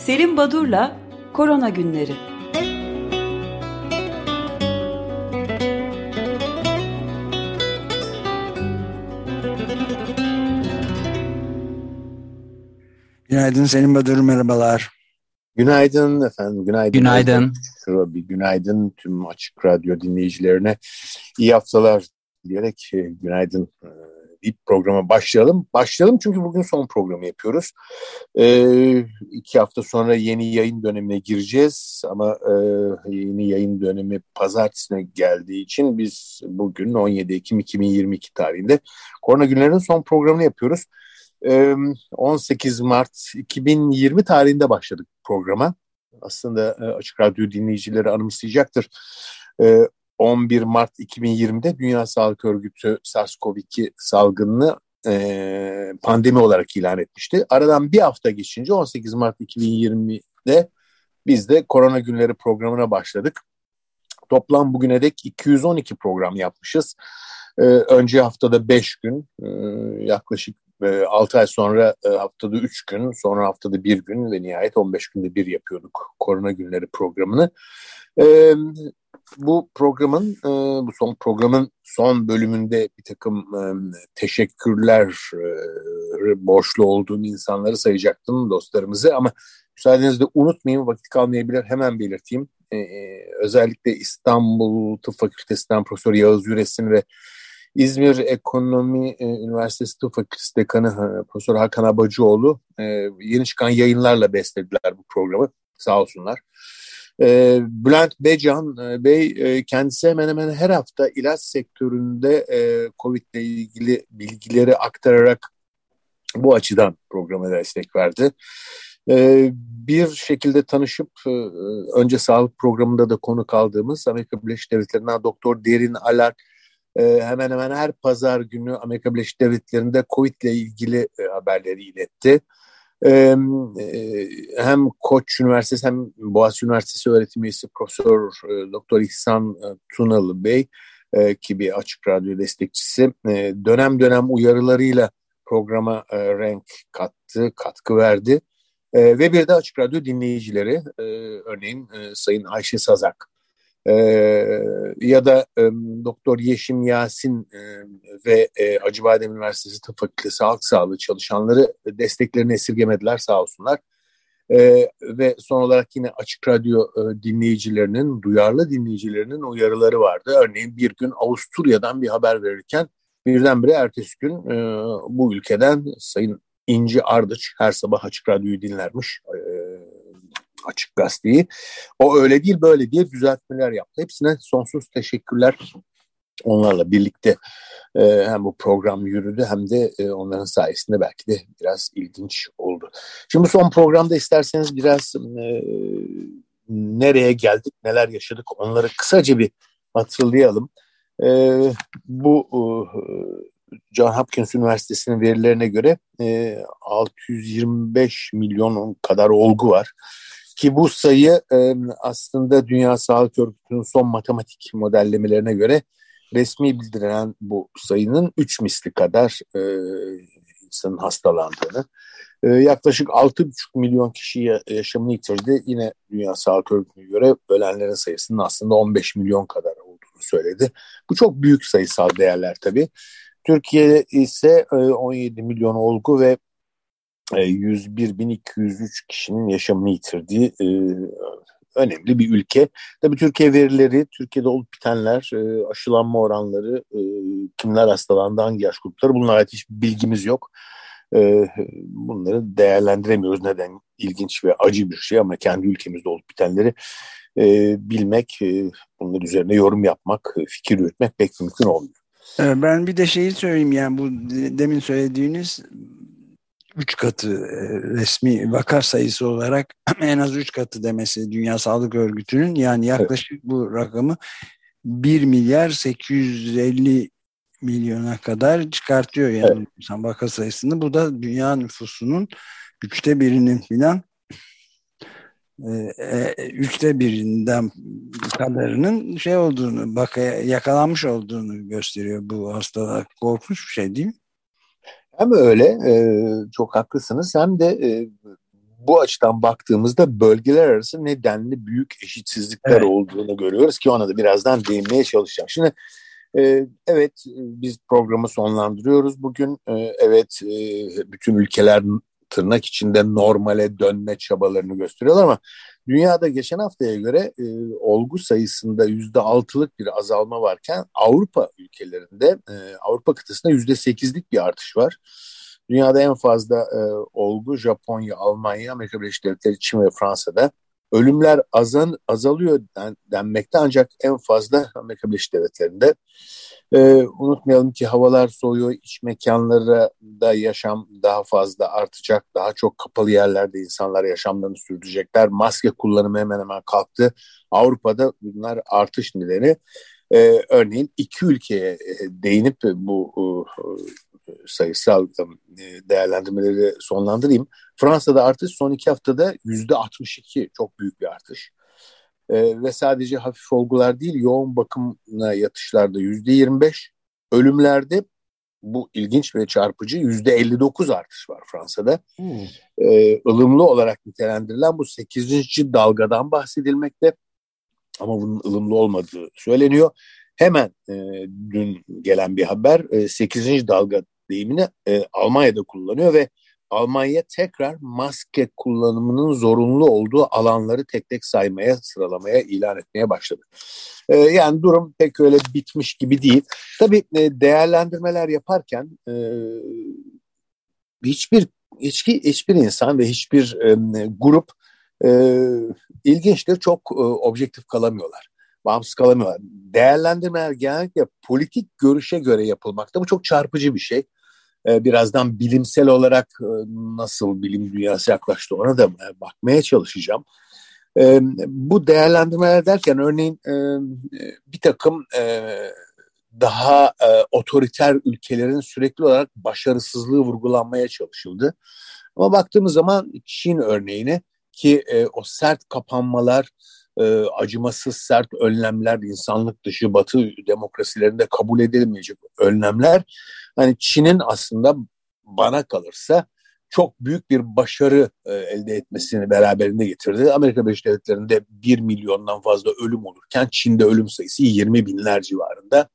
Selim Badur'la Korona Günleri. Günaydın Selim Badur, merhabalar. Günaydın efendim, günaydın. Günaydın. Bir günaydın tüm Açık Radyo dinleyicilerine. İyi haftalar diyerek günaydın deyip programa başlayalım. Başlayalım çünkü bugün son programı yapıyoruz. 2 hafta sonra yeni yayın dönemine gireceğiz ama yeni yayın dönemi pazartesine geldiği için biz bugün 17 Ekim 2022 tarihinde Korona Günleri'nin son programını yapıyoruz. 18 Mart 2020 tarihinde başladık programa. Aslında Açık Radyo dinleyicileri anımsayacaktır. 11 Mart 2020'de Dünya Sağlık Örgütü SARS-CoV-2 salgınını pandemi olarak ilan etmişti. Aradan bir hafta geçince 18 Mart 2020'de biz de Korona Günleri programına başladık. Toplam bugüne dek 212 program yapmışız. Önce haftada 5 gün, yaklaşık 6 ay sonra haftada 3 gün, sonra haftada 1 gün ve nihayet 15 günde bir yapıyorduk Korona Günleri programını. Bu programın, bu son programın son bölümünde bir takım teşekkürler borçlu olduğum insanları sayacaktım, dostlarımızı, ama müsaadenizle unutmayayım, vakit kalmayabilir, hemen belirteyim. Özellikle İstanbul Tıp Fakültesi'nden Profesör Yağız Yüres'in ve İzmir Ekonomi Üniversitesi Tıp Fakültesi Dekanı Profesör Hakan Abacıoğlu yeni çıkan yayınlarla beslediler bu programı, sağ olsunlar. Bülent Becan Bey kendisi hemen hemen her hafta ilaç sektöründe COVID ile ilgili bilgileri aktararak bu açıdan programa destek verdi. Bir şekilde tanışıp önce sağlık programında da konuk aldığımız Amerika Birleşik Devletleri'nden Doktor Derin Alar hemen hemen her pazar günü Amerika Birleşik Devletleri'nde COVID ile ilgili haberleri iletti. Hem Koç Üniversitesi hem Boğaziçi Üniversitesi öğretim üyesi Profesör Doktor İhsan Tunalı Bey ki bir Açık Radyo destekçisi dönem dönem uyarılarıyla programa renk katkı verdi. Ve bir de Açık Radyo dinleyicileri, örneğin Sayın Ayşe Sazak ya da Doktor Yeşim Yasin ve Acıbadem Üniversitesi Tıp Fakültesi Halk Sağlığı çalışanları desteklerini esirgemediler, sağ olsunlar. Ve son olarak yine Açık Radyo dinleyicilerinin, duyarlı dinleyicilerinin uyarıları vardı. Örneğin bir gün Avusturya'dan bir haber verirken birdenbire ertesi gün bu ülkeden Sayın İnci Ardıç her sabah Açık Radyo'yu dinlermiş, Açık Gazete'yi. O öyle değil böyle diye düzeltmeler yaptı. Hepsine sonsuz teşekkürler. Onlarla birlikte hem bu program yürüdü hem de onların sayesinde belki de biraz ilginç oldu. Şimdi son programda isterseniz biraz nereye geldik, neler yaşadık onları kısaca bir hatırlayalım. Bu John Hopkins Üniversitesi'nin verilerine göre 625 milyon kadar olgu var. Ki bu sayı aslında Dünya Sağlık Örgütü'nün son matematik modellemelerine göre resmi bildirilen bu sayının 3 misli kadar insanın hastalandığını. Yaklaşık 6,5 milyon kişi yaşamını yitirdi. Yine Dünya Sağlık Örgütü'ne göre ölenlerin sayısının aslında 15 milyon kadar olduğunu söyledi. Bu çok büyük sayısal değerler tabii. Türkiye ise 17 milyon olgu ve 101.203 kişinin yaşamını yitirdiği önemli bir ülke. Tabii Türkiye verileri, Türkiye'de olup bitenler, aşılanma oranları, kimler hastalandı, hangi yaş grupları, bunlara ait hiçbir bilgimiz yok. Bunları değerlendiremiyoruz. Neden? İlginç ve acı bir şey ama kendi ülkemizde olup bitenleri bilmek, bunun üzerine yorum yapmak, fikir yürütmek pek mümkün olmuyor. Ben bir de şeyi söyleyeyim, yani bu demin söylediğiniz 3 katı resmi vaka sayısı olarak en az 3 katı demesi Dünya Sağlık Örgütü'nün, yani yaklaşık evet, bu rakamı 1 milyar 850 milyona kadar çıkartıyor yani evet, vaka sayısını. Bu da dünya nüfusunun 1/3'inin filan 1/3'ünden kadarının şey olduğunu, yakalanmış olduğunu gösteriyor. Bu hastalık korkunç bir şey değil mi? Hem öyle, çok haklısınız, hem de bu açıdan baktığımızda bölgeler arası nedenli büyük eşitsizlikler olduğunu görüyoruz ki ona da birazdan değinmeye çalışacağım. Şimdi evet, biz programı sonlandırıyoruz bugün. Evet, bütün ülkeler tırnak içinde normale dönme çabalarını gösteriyorlar ama dünyada geçen haftaya göre olgu sayısında %6'lık bir azalma varken Avrupa ülkelerinde, Avrupa kıtasında %8'lik bir artış var. Dünyada en fazla olgu Japonya, Almanya, Amerika Birleşik Devletleri, Çin ve Fransa'da. Ölümler azalıyor denmekte ancak en fazla Amerika Birleşik Devletleri'nde. Unutmayalım ki havalar soğuyor, iç mekanlarda yaşam daha fazla artacak, daha çok kapalı yerlerde insanlar yaşamlarını sürdürecekler. Maske kullanımı hemen hemen kalktı. Avrupa'da bunlar artış nedeni. Örneğin iki ülkeye değinip bu sayısal değerlendirmeleri sonlandırayım. Fransa'da artış son 2 haftada %62, çok büyük bir artış. Ve sadece hafif olgular değil, yoğun bakımına yatışlarda %25, ölümlerde bu ilginç ve çarpıcı %59 artış var Fransa'da. Ilımlı olarak nitelendirilen bu 8. dalgadan bahsedilmekte ama bunun ılımlı olmadığı söyleniyor. Hemen dün gelen bir haber 8. dalga deyimini Almanya'da kullanıyor ve Almanya tekrar maske kullanımının zorunlu olduğu alanları tek tek saymaya, sıralamaya, ilan etmeye başladı. Yani durum pek öyle bitmiş gibi değil. Tabii değerlendirmeler yaparken hiçbir insan ve hiçbir grup ilginçtir, çok objektif kalamıyorlar. Bağımsız kalamıyorlar. Değerlendirmeler genellikle politik görüşe göre yapılmakta. Bu çok çarpıcı bir şey. Birazdan bilimsel olarak nasıl bilim dünyası yaklaştı ona da bakmaya çalışacağım. Bu değerlendirmeler derken örneğin bir takım daha otoriter ülkelerin sürekli olarak başarısızlığı vurgulanmaya çalışıldı. Ama baktığımız zaman Çin örneğine ki o sert kapanmalar, acımasız sert önlemler, insanlık dışı Batı demokrasilerinde kabul edilmeyecek önlemler, hani Çin'in aslında bana kalırsa çok büyük bir başarı elde etmesini beraberinde getirdi. Amerika Birleşik Devletleri'nde 1 milyondan fazla ölüm olurken Çin'de ölüm sayısı 20 binler civarında.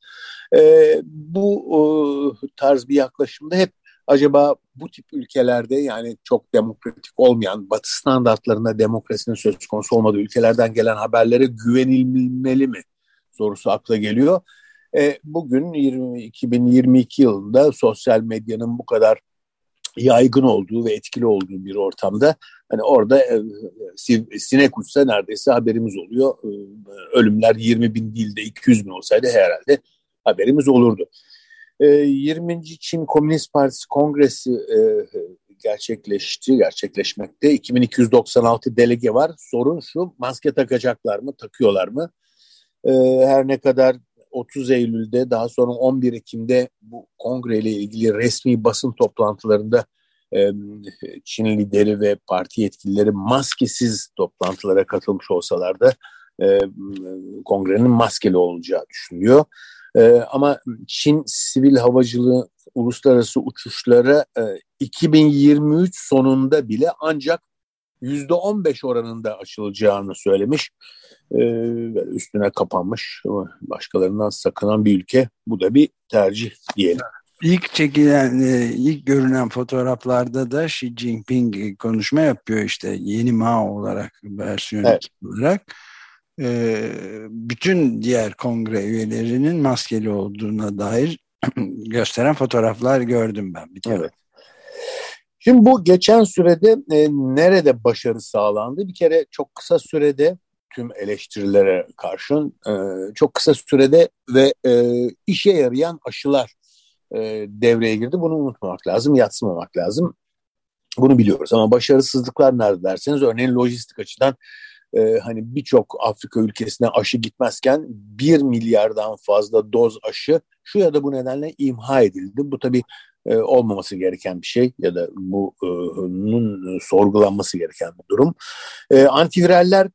Bu tarz bir yaklaşımda hep acaba bu tip ülkelerde, yani çok demokratik olmayan, Batı standartlarında demokrasinin söz konusu olmadığı ülkelerden gelen haberlere güvenilmeli mi sorusu akla geliyor. Bugün 2022 yılında sosyal medyanın bu kadar yaygın olduğu ve etkili olduğu bir ortamda, hani orada sinek uçsa neredeyse haberimiz oluyor. Ölümler 20 bin değil de 200 bin olsaydı herhalde haberimiz olurdu. 20. Çin Komünist Partisi Kongresi gerçekleşmekte. 2296 delege var. Sorun şu: maske takacaklar mı, takıyorlar mı? Her ne kadar 30 Eylül'de, daha sonra 11 Ekim'de bu kongreyle ilgili resmi basın toplantılarında Çin lideri ve parti yetkilileri maskesiz toplantılara katılmış olsalar da kongrenin maskeli olacağı düşünülüyor. Ama Çin sivil havacılığı uluslararası uçuşlara 2023 sonunda bile ancak %15 oranında açılacağını söylemiş. Üstüne kapanmış, başkalarından sakınan bir ülke. Bu da bir tercih diyelim. İlk görünen fotoğraflarda da Xi Jinping konuşma yapıyor, işte yeni Mao olarak, versiyon 2 olarak. Bütün diğer kongre üyelerinin maskeli olduğuna dair gösteren fotoğraflar gördüm ben. Evet. Şimdi bu geçen sürede nerede başarı sağlandı? Bir kere çok kısa sürede, tüm eleştirilere karşın çok kısa sürede ve işe yarayan aşılar devreye girdi. Bunu unutmamak lazım, yadsımamak lazım. Bunu biliyoruz ama başarısızlıklar nerede derseniz, örneğin lojistik açıdan hani birçok Afrika ülkesine aşı gitmezken 1 milyardan fazla doz aşı şu ya da bu nedenle imha edildi. Bu tabii olmaması gereken bir şey ya da bunun sorgulanması gereken bir durum. Antiviraller çok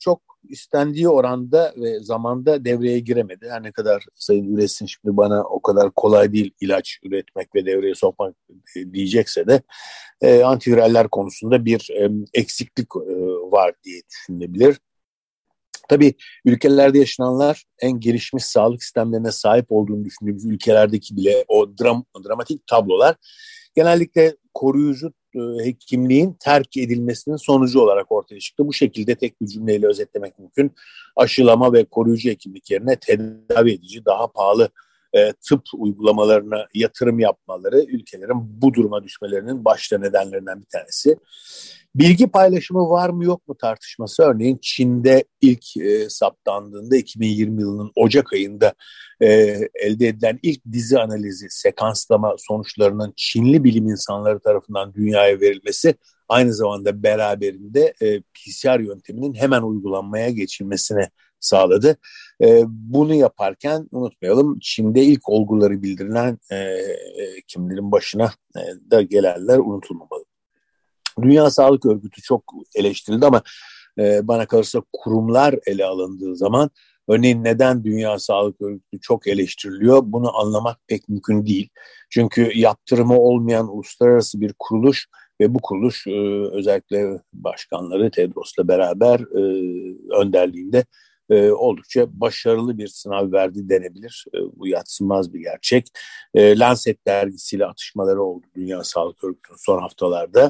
istendiği oranda ve zamanda devreye giremedi. Her ne kadar Sayın Üretsin şimdi bana o kadar kolay değil ilaç üretmek ve devreye sokmak diyecekse de antiviraller konusunda bir eksiklik var diye düşünülebilir. Tabii ülkelerde yaşananlar en gelişmiş sağlık sistemlerine sahip olduğunu düşündüğümüz ülkelerdeki bile o dramatik tablolar genellikle koruyucu hekimliğin terk edilmesinin sonucu olarak ortaya çıktı. Bu şekilde tek bir cümleyle özetlemek mümkün. Aşılama ve koruyucu hekimlik yerine tedavi edici, daha pahalı tıp uygulamalarına yatırım yapmaları ülkelerin bu duruma düşmelerinin başta nedenlerinden bir tanesi. Bilgi paylaşımı var mı yok mu tartışması örneğin Çin'de ilk saptandığında 2020 yılının Ocak ayında elde edilen ilk dizi analizi sekanslama sonuçlarının Çinli bilim insanları tarafından dünyaya verilmesi aynı zamanda beraberinde PCR yönteminin hemen uygulanmaya geçilmesine sağladı. Bunu yaparken unutmayalım Çin'de ilk olguları bildirilen kimlerin başına da gelenler unutulmamalı. Dünya Sağlık Örgütü çok eleştirildi ama bana kalırsa kurumlar ele alındığı zaman örneğin neden Dünya Sağlık Örgütü çok eleştiriliyor bunu anlamak pek mümkün değil. Çünkü yaptırımı olmayan uluslararası bir kuruluş ve bu kuruluş özellikle başkanları Tedros'la beraber önderliğinde oldukça başarılı bir sınav verdi denebilir. Bu yadsınmaz bir gerçek. Lancet dergisiyle atışmaları oldu Dünya Sağlık Örgütü'nün son haftalarda.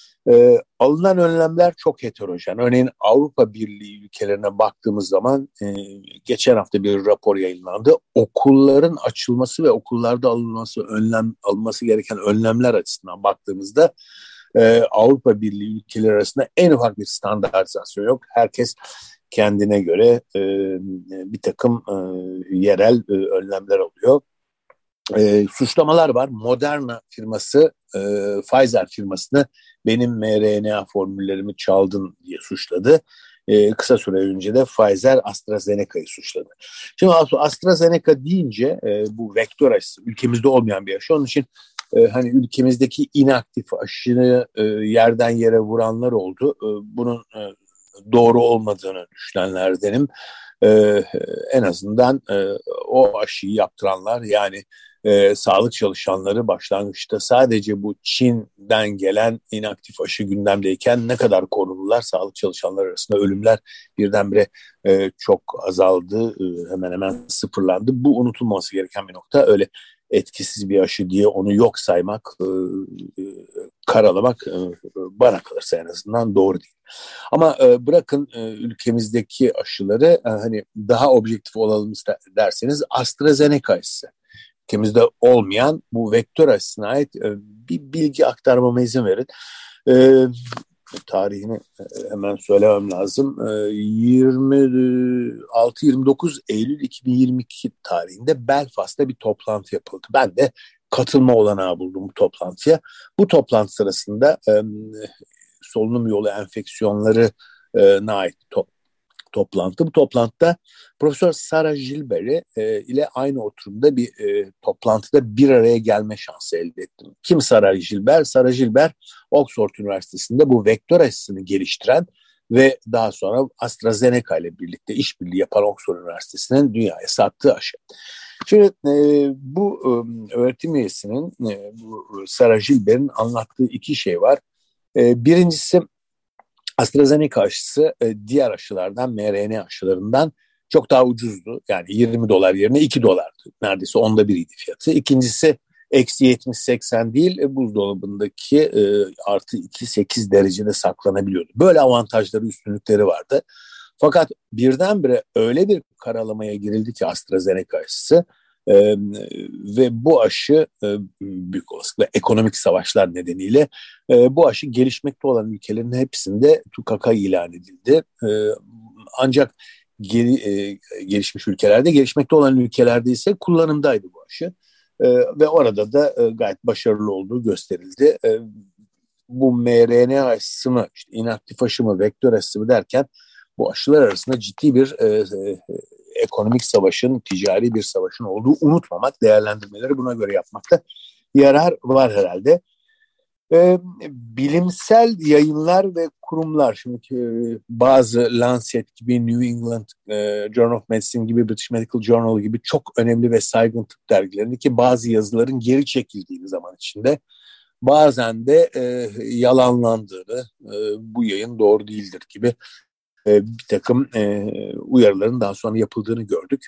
Alınan önlemler çok heterojen. Örneğin Avrupa Birliği ülkelerine baktığımız zaman geçen hafta bir rapor yayınlandı. Okulların açılması ve okullarda alınması gereken önlemler açısından baktığımızda Avrupa Birliği ülkeleri arasında en ufak bir standartizasyon yok. Herkes kendine göre bir takım yerel önlemler alıyor. Suçlamalar var. Moderna firması Pfizer firmasını benim mRNA formüllerimi çaldın diye suçladı. Kısa süre önce de Pfizer AstraZeneca'yı suçladı. Şimdi AstraZeneca deyince bu vektör aşısı ülkemizde olmayan bir aşı. Onun için hani ülkemizdeki inaktif aşını yerden yere vuranlar oldu. Bunun doğru olmadığını düşünenlerdenim. En azından o aşıyı yaptıranlar yani sağlık çalışanları başlangıçta sadece bu Çin'den gelen inaktif aşı gündemdeyken ne kadar korundular? Sağlık çalışanları arasında ölümler birdenbire çok azaldı, hemen hemen sıfırlandı. Bu unutulmaması gereken bir nokta. Öyle etkisiz bir aşı diye onu yok saymak, karalamak bana kalırsa en azından doğru değil. Ama bırakın ülkemizdeki aşıları hani daha objektif olalım derseniz AstraZeneca aşısı. Ülkemizde olmayan bu vektör aşısına ait bir bilgi aktarmama izin verin. Tarihini hemen söylemem lazım. 26-29 Eylül 2022 tarihinde Belfast'ta bir toplantı yapıldı. Ben de katılma olanağı buldum bu toplantıya. Bu toplantı sırasında solunum yolu enfeksiyonlarına ait toplantı. Bu toplantıda Profesör Sarah Gilbert'i ile aynı oturumda bir toplantıda bir araya gelme şansı elde ettim. Kim Sarah Gilbert? Sarah Gilbert, Oxford Üniversitesi'nde bu vektör aşısını geliştiren ve daha sonra AstraZeneca ile birlikte işbirliği yapan Oxford Üniversitesi'nin dünyaya sattığı aşı. Şimdi bu öğretim üyesinin, bu Sarah Gilbert'in anlattığı iki şey var. Birincisi AstraZeneca aşısı diğer aşılardan, mRNA aşılarından çok daha ucuzdu. Yani $20 yerine $2. Neredeyse onda biriydi fiyatı. İkincisi eksi 70-80 değil, buzdolabındaki artı 2-8 derecede saklanabiliyordu. Böyle avantajları, üstünlükleri vardı. Fakat birdenbire öyle bir karalamaya girildi ki AstraZeneca aşısı ve bu aşı büyük olasılıkla ekonomik savaşlar nedeniyle bu aşı gelişmekte olan ülkelerin hepsinde tukaka ilan edildi. Ancak gelişmiş ülkelerde, gelişmekte olan ülkelerde ise kullanımdaydı bu aşı. Ve orada da gayet başarılı olduğu gösterildi. Bu mRNA aşısı mı, işte inaktif aşı mı, vektör aşısı mı derken bu aşılar arasında ciddi bir ekonomik savaşın, ticari bir savaşın olduğu unutmamak, değerlendirmeleri buna göre yapmakta yarar var herhalde. Bilimsel yayınlar ve kurumlar, şimdi bazı Lancet gibi, New England Journal of Medicine gibi, British Medical Journal gibi çok önemli ve saygın tıp dergilerindeki bazı yazıların geri çekildiği zaman içinde bazen de yalanlandığını, bu yayın doğru değildir gibi bir takım uyarıların daha sonra yapıldığını gördük.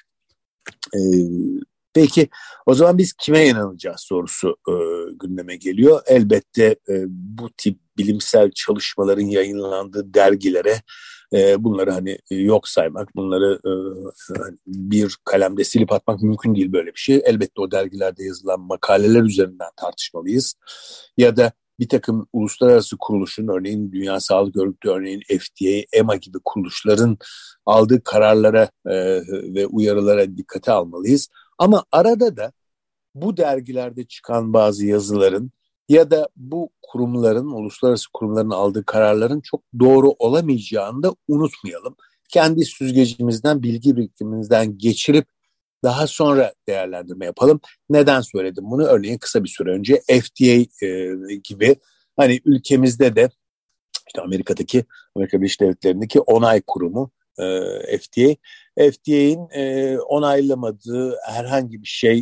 Peki o zaman biz kime inanacağız sorusu gündeme geliyor. Elbette bu tip bilimsel çalışmaların yayınlandığı dergilere bunları hani yok saymak, bunları bir kalemde silip atmak mümkün değil, böyle bir şey. Elbette o dergilerde yazılan makaleler üzerinden tartışmalıyız. Ya da bir takım uluslararası kuruluşun, örneğin Dünya Sağlık Örgütü, örneğin FDA, EMA gibi kuruluşların aldığı kararlara ve uyarılara dikkate almalıyız. Ama arada da bu dergilerde çıkan bazı yazıların ya da bu kurumların, uluslararası kurumların aldığı kararların çok doğru olamayacağını da unutmayalım. Kendi süzgecimizden, bilgi birikimimizden geçirip daha sonra değerlendirme yapalım. Neden söyledim bunu? Örneğin kısa bir süre önce FDA gibi, hani ülkemizde de işte Amerika Birleşik Devletleri'ndeki onay kurumu FDA. FDA'nin onaylamadığı herhangi bir şey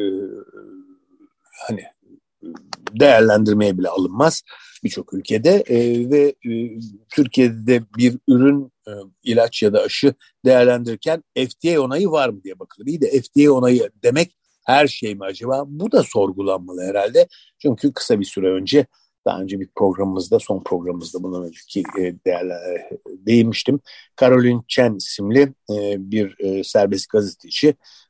hani değerlendirmeye bile alınmaz birçok ülkede ve Türkiye'de de bir ürün, ilaç ya da aşı değerlendirirken FDA onayı var mı diye bakılır. İyi de FDA onayı demek her şey mi acaba? Bu da sorgulanmalı herhalde. Çünkü kısa bir süre önce, daha önce bir programımızda, son programımızda bundan önceki değinmiştim. Caroline Chen isimli bir serbest gazeteci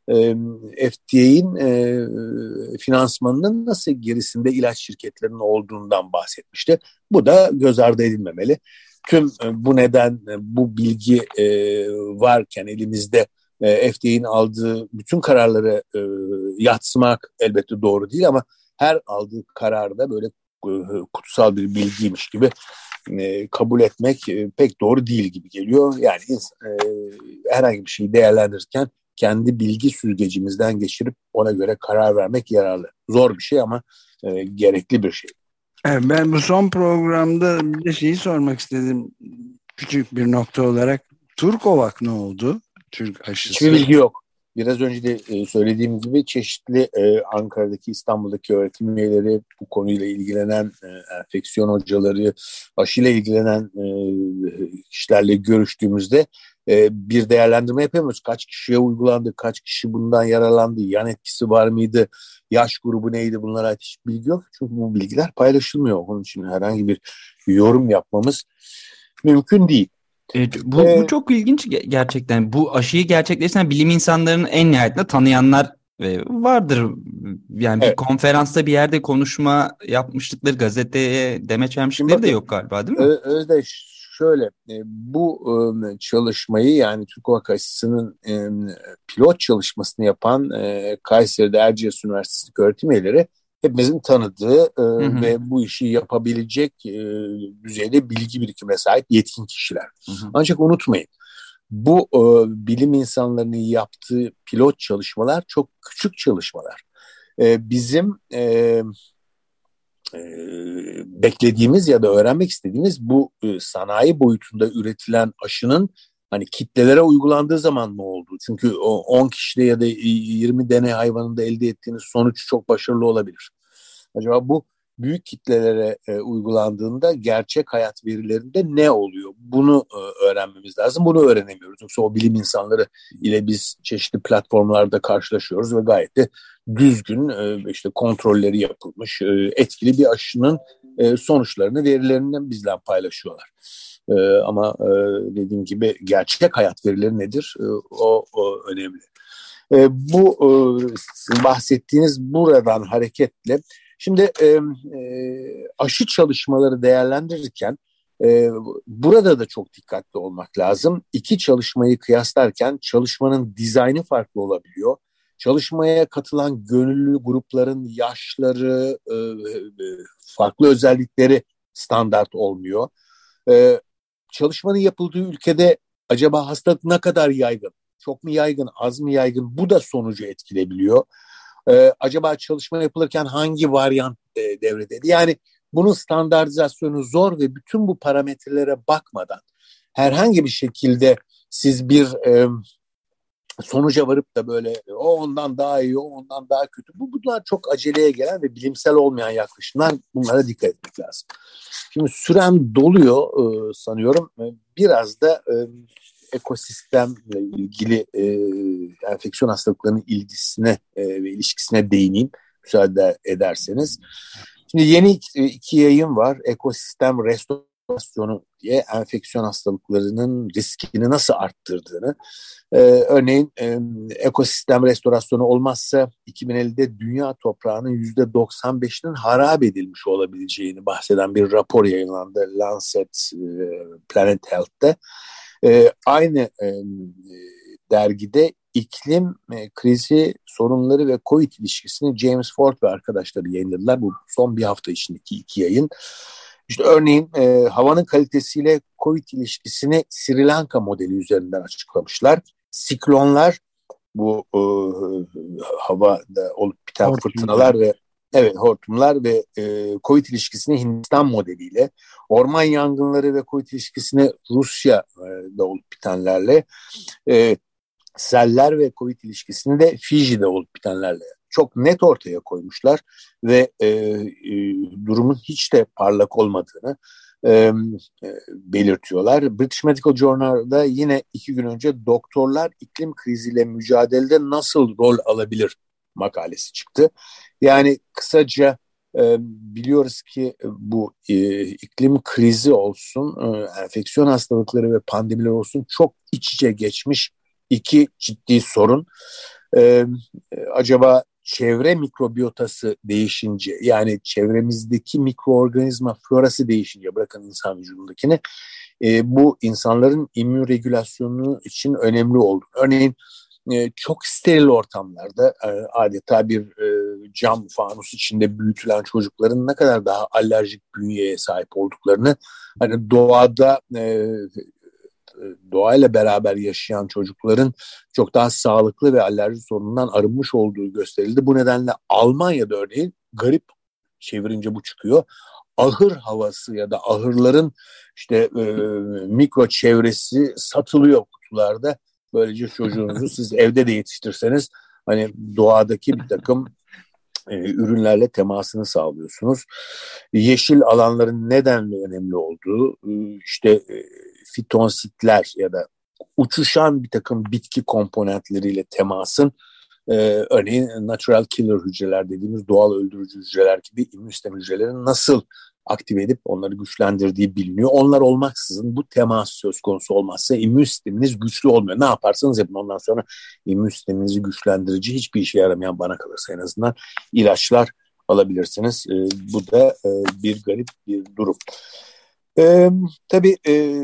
FDA'nin finansmanının nasıl gerisinde ilaç şirketlerinin olduğundan bahsetmişti. Bu da göz ardı edilmemeli. Tüm bu neden, bu bilgi varken elimizde FDA'nin aldığı bütün kararları yadsımak elbette doğru değil, ama her aldığı kararda böyle kutsal bir bilgiymiş gibi kabul etmek pek doğru değil gibi geliyor. Yani herhangi bir şeyi değerlendirirken kendi bilgi süzgecimizden geçirip ona göre karar vermek yararlı. Zor bir şey ama gerekli bir şey. Ben bu son programda bir de şeyi sormak istedim. Küçük bir nokta olarak. Turkovak ne oldu? Türk aşısı. Hiçbir bilgi yok. Biraz önce de söylediğim gibi çeşitli Ankara'daki, İstanbul'daki öğretim üyeleri, bu konuyla ilgilenen enfeksiyon hocaları, aşıyla ilgilenen kişilerle görüştüğümüzde bir değerlendirme yapamıyoruz. Kaç kişiye uygulandı, kaç kişi bundan yararlandı, yan etkisi var mıydı, yaş grubu neydi, bunlara ait hiçbir bilgi yok. Çünkü bu bilgiler paylaşılmıyor. Onun için herhangi bir yorum yapmamız mümkün değil. Bu çok ilginç gerçekten. Bu aşıyı gerçekleştiren bilim insanlarının en nihayetinde tanıyanlar vardır. Yani bir konferansta bir yerde konuşma yapmışlıkları, gazeteye demeç vermişlikleri de yok galiba, değil mi? Özdeş, şöyle, bu çalışmayı, yani Türkovak aşısının pilot çalışmasını yapan Kayseri'de Erciyes Üniversitesi öğretim üyeleri hepimizin tanıdığı ve bu işi yapabilecek düzeyde bilgi birikimine sahip yetkin kişiler. Ancak unutmayın, bu bilim insanlarının yaptığı pilot çalışmalar çok küçük çalışmalar. Bizim beklediğimiz ya da öğrenmek istediğimiz bu sanayi boyutunda üretilen aşının hani kitlelere uygulandığı zaman ne oldu? Çünkü o 10 kişide ya da 20 deney hayvanında elde ettiğiniz sonuç çok başarılı olabilir. Acaba bu büyük kitlelere uygulandığında gerçek hayat verilerinde ne oluyor? Bunu öğrenmemiz lazım. Bunu öğrenemiyoruz. Yoksa o bilim insanları ile biz çeşitli platformlarda karşılaşıyoruz ve gayet de düzgün işte kontrolleri yapılmış, etkili bir aşının sonuçlarını, verilerini bizden paylaşıyorlar. Ama dediğim gibi gerçek hayat verileri nedir? O önemli. Bu bahsettiğiniz buradan hareketle şimdi aşı çalışmaları değerlendirirken burada da çok dikkatli olmak lazım. İki çalışmayı kıyaslarken çalışmanın dizaynı farklı olabiliyor. Çalışmaya katılan gönüllü grupların yaşları, farklı özellikleri standart olmuyor. Çalışmanın yapıldığı ülkede acaba hastalık ne kadar yaygın? Çok mu yaygın, az mı yaygın? Bu da sonucu etkileyebiliyor. Acaba çalışma yapılırken hangi varyant devrede? Yani bunun standartizasyonu zor ve bütün bu parametrelere bakmadan herhangi bir şekilde siz bir sonuca varıp da böyle o ondan daha iyi, o ondan daha kötü. Bunlar çok aceleye gelen ve bilimsel olmayan yaklaşımlar. Bunlara dikkat etmek lazım. Şimdi sürem doluyor sanıyorum. Biraz da ekosistemle ilgili enfeksiyon hastalıklarının ilgisine ve ilişkisine değineyim müsaade ederseniz. Şimdi yeni iki yayın var. Ekosistem restorasyonu diye enfeksiyon hastalıklarının riskini nasıl arttırdığını. Örneğin ekosistem restorasyonu olmazsa 2050'de dünya toprağının %95'inin harap edilmiş olabileceğini bahseden bir rapor yayınlandı Lancet Planet Health'te. Aynı dergide iklim krizi sorunları ve COVID ilişkisini James Ford ve arkadaşları yayınladılar. Bu son bir hafta içindeki iki yayın. İşte örneğin havanın kalitesiyle COVID ilişkisini Sri Lanka modeli üzerinden açıklamışlar. Siklonlar, bu havada olup biten fırtınalar ve hortumlar ve COVID ilişkisini Hindistan modeliyle, orman yangınları ve COVID ilişkisini Rusya'da olup bitenlerle, seller ve COVID ilişkisini de Fiji'de olup bitenlerle çok net ortaya koymuşlar ve durumun hiç de parlak olmadığını belirtiyorlar. British Medical Journal'da yine 2 gün önce doktorlar iklim kriziyle mücadelede nasıl rol alabilir makalesi çıktı. Yani kısaca biliyoruz ki bu iklim krizi olsun, enfeksiyon hastalıkları ve pandemiler olsun çok iç içe geçmiş iki ciddi sorun. Acaba çevre mikrobiyotası değişince, yani çevremizdeki mikroorganizma florası değişince, bırakın insan vücudundakini, bu insanların immün regülasyonu için önemli oldu. Örneğin çok steril ortamlarda adeta bir cam fanus içinde büyütülen çocukların ne kadar daha alerjik bünyeye sahip olduklarını, hani doğayla beraber yaşayan çocukların çok daha sağlıklı ve alerji sorunundan arınmış olduğu gösterildi. Bu nedenle Almanya'da örneğin, garip çevirince bu çıkıyor, ahır havası ya da ahırların işte mikro çevresi satılıyor kutularda. Böylece çocuğunuzu siz evde de yetiştirseniz hani doğadaki bir takım ürünlerle temasını sağlıyorsunuz. Yeşil alanların neden önemli olduğu, işte fitonsitler ya da uçuşan bir takım bitki komponentleriyle temasın, örneğin natural killer hücreler dediğimiz doğal öldürücü hücreler gibi immün sistem hücrelerini nasıl aktive edip onları güçlendirdiği biliniyor. Onlar olmaksızın, bu temas söz konusu olmazsa immün sisteminiz güçlü olmuyor. Ne yaparsanız yapın, ondan sonra immün sisteminizi güçlendirici, hiçbir işe yaramayan, bana kalırsa en azından, ilaçlar alabilirsiniz. Bu da bir garip bir durum. Tabii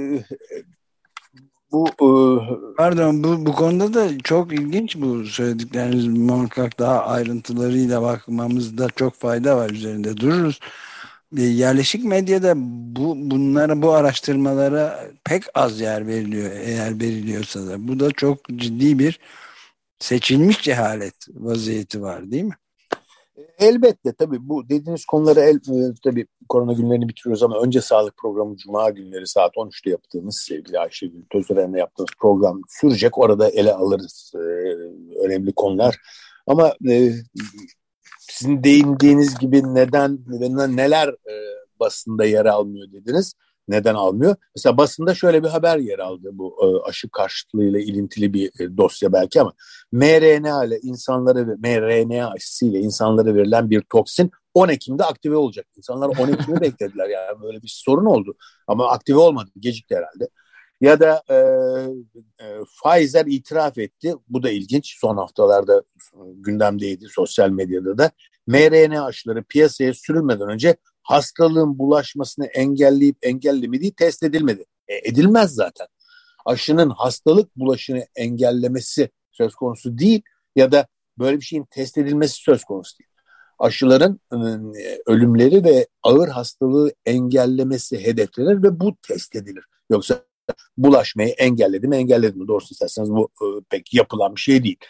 bu konuda da çok ilginç bu söyledikleriniz. Muhakkak daha ayrıntılarıyla bakmamızda çok fayda var, üzerinde dururuz. Yerleşik medyada bu araştırmalara pek az yer veriliyor, eğer veriliyorsa da. Bu da çok ciddi bir seçilmiş cehalet vaziyeti var, değil mi? Elbette tabii bu dediğiniz konuları tabii korona günlerini bitiriyoruz ama önce sağlık programı Cuma günleri saat 13'te yaptığımız, sevgili Ayşegül Tözören'le yaptığımız program sürecek. Orada ele alırız önemli konular. Ama sizin değindiğiniz gibi neden neler basında yer almıyor dediniz. Neden almıyor? Mesela basında şöyle bir haber yer aldı, bu aşı karşıtlığıyla ilintili bir dosya belki, ama mRNA aşısıyla insanlara verilen bir toksin 10 Ekim'de aktive olacak. İnsanlar 10 Ekim'i beklediler, yani böyle bir sorun oldu ama aktive olmadı, gecikti herhalde. Ya da Pfizer itiraf etti, bu da ilginç, son haftalarda gündemdeydi sosyal medyada da, mRNA aşıları piyasaya sürülmeden önce hastalığın bulaşmasını engelleyip engellemediği test edilmedi. Edilmez zaten. Aşının hastalık bulaşını engellemesi söz konusu değil ya da böyle bir şeyin test edilmesi söz konusu değil. Aşıların ölümleri ve ağır hastalığı engellemesi hedeflenir ve bu test edilir. Yoksa bulaşmayı engelledi mi? Doğrusu isterseniz bu pek yapılan bir şey değil.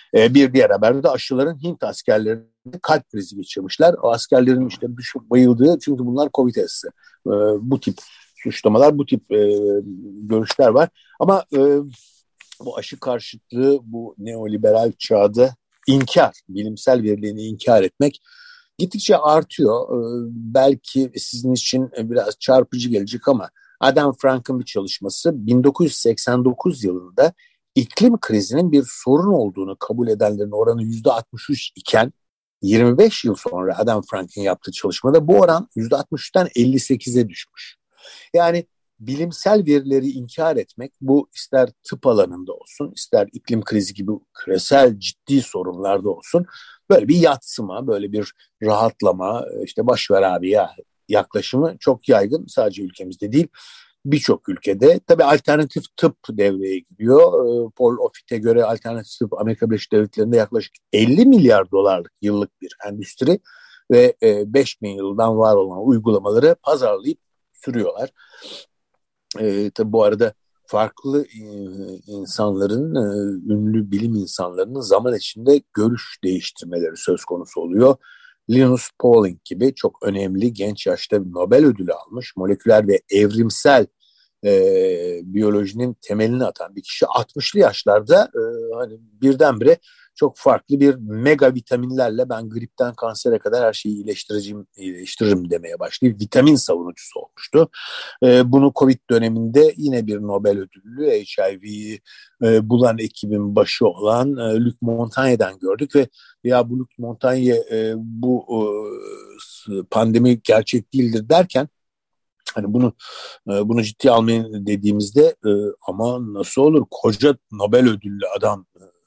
Bir diğer haberde aşıların Hint askerlerinde kalp krizi geçirmişler. O askerlerin işte düşüp bayıldığı, çünkü bunlar Covid hastası. Bu tip suçlamalar, bu tip görüşler var. Ama bu aşı karşıtlığı bu neoliberal çağda bilimsel verilerini inkar etmek gittikçe artıyor. Belki sizin için biraz çarpıcı gelecek ama Adam Frank'ın bir çalışması 1989 yılında iklim krizinin bir sorun olduğunu kabul edenlerin oranı %63 iken 25 yıl sonra Adam Frank'ın yaptığı çalışmada bu oran %63'ten 58'e düşmüş. Yani bilimsel verileri inkar etmek, bu ister tıp alanında olsun, ister iklim krizi gibi küresel ciddi sorunlarda olsun, böyle bir yadsıma, böyle bir rahatlama, işte boşver abi ya yaklaşımı çok yaygın, sadece ülkemizde değil birçok ülkede. Tabii alternatif tıp devreye giriyor. Paul Offit'e göre alternatif tıp Amerika Birleşik Devletleri'nde yaklaşık 50 milyar dolarlık yıllık bir endüstri ve 5000 yıldan var olan uygulamaları pazarlayıp sürüyorlar. Tabii bu arada farklı insanların, ünlü bilim insanlarının zaman içinde görüş değiştirmeleri söz konusu oluyor. Linus Pauling gibi çok önemli genç yaşta Nobel ödülü almış, moleküler ve evrimsel biyolojinin temelini atan bir kişi 60'lı yaşlarda hani birdenbire çok farklı bir mega vitaminlerle ben gripten kansere kadar her şeyi iyileştiririm demeye başlayıp vitamin savunucusu olmuştu. Bunu Covid döneminde yine bir Nobel ödüllü HIV'yi bulan ekibin başı olan Luc Montagna'dan gördük ve ya bu Luc Montagna bu pandemi gerçek değildir derken hani bunu ciddiye almayın dediğimizde ama nasıl olur, koca Nobel ödüllü adam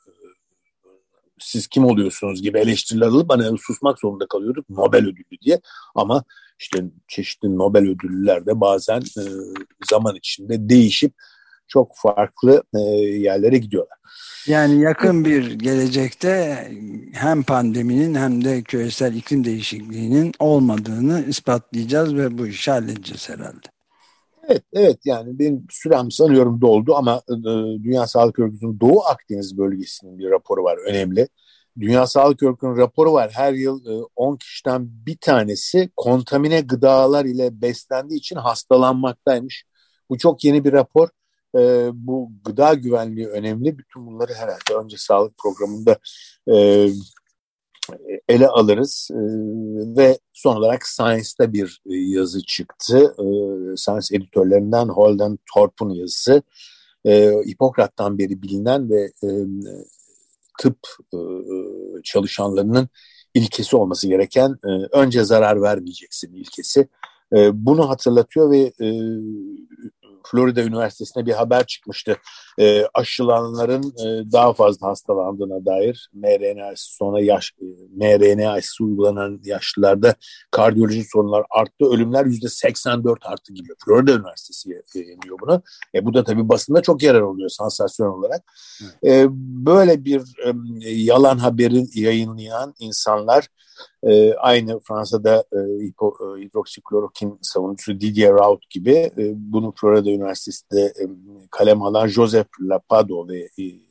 siz kim oluyorsunuz gibi eleştiriler alıp hani susmak zorunda kalıyorduk Nobel ödüllü diye. Ama işte çeşitli Nobel ödüllüler de bazen zaman içinde değişip çok farklı yerlere gidiyorlar. Yani yakın bir gelecekte hem pandeminin hem de küresel iklim değişikliğinin olmadığını ispatlayacağız ve bu işi halledeceğiz herhalde. Evet yani benim sürem sanıyorum doldu ama Dünya Sağlık Örgütü'nün Doğu Akdeniz bölgesinin bir raporu var, önemli. Dünya Sağlık Örgütü'nün raporu var. Her yıl 10 kişiden bir tanesi kontamine gıdalar ile beslendiği için hastalanmaktaymış. Bu çok yeni bir rapor. Bu gıda güvenliği önemli. Bütün bunları herhalde önce sağlık programında ele alırız ve son olarak Science'da bir yazı çıktı. Science editörlerinden Holden Thorpe'un yazısı. Hipokrat'tan beri bilinen ve tıp çalışanlarının ilkesi olması gereken önce zarar vermeyeceksin ilkesi. Bunu hatırlatıyor ve Florida Üniversitesi'ne bir haber çıkmıştı. Aşılananların daha fazla hastalandığına dair mRNA aşısı, sonra mRNA aşısı uygulanan yaşlılarda kardiyolojik sorunlar arttı. Ölümler %84 arttı gibi. Florida Üniversitesi yayınlıyor bunu. Bu da tabii basında çok yarar oluyor sansasyon olarak. Böyle bir yalan haberi yayınlayan insanlar aynı Fransa'da hidroksiklorokin savunucusu Didier Raoult gibi bunu Florida Üniversitesi'nde kalem alan Joseph Lapado ve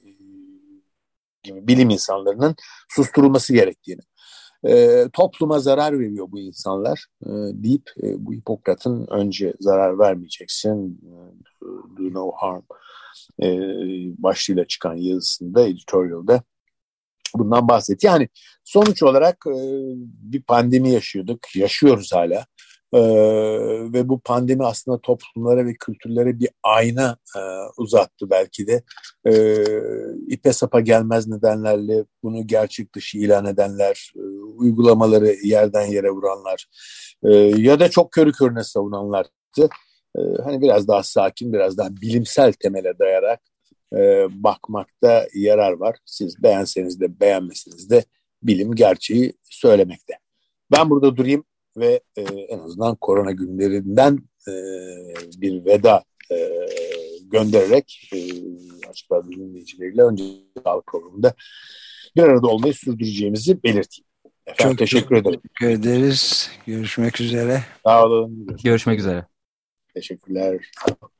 gibi bilim insanlarının susturulması gerektiğini, topluma zarar veriyor bu insanlar deyip bu Hipokrat'ın önce zarar vermeyeceksin, do no harm başlığıyla çıkan yazısında, editorial'da bundan bahsetti. Yani sonuç olarak bir pandemi yaşıyoruz hala. Ve bu pandemi aslında toplumlara ve kültürlere bir ayna uzattı belki de. İpe sapa gelmez nedenlerle bunu gerçek dışı ilan edenler, uygulamaları yerden yere vuranlar ya da çok körü körüne savunanlardı. Hani biraz daha sakin, biraz daha bilimsel temele dayarak bakmakta yarar var. Siz beğenseniz de beğenmeseniz de bilim gerçeği söylemekte. Ben burada durayım ve en azından korona günlerinden bir veda göndererek Açık Radyo dinleyicileriyle önce sağlık programında bir arada olmayı sürdüreceğimizi belirteyim. Efendim, çok teşekkür ederim. Teşekkür ederiz. Görüşmek üzere. Sağ olun. Görüşmek üzere. Teşekkürler.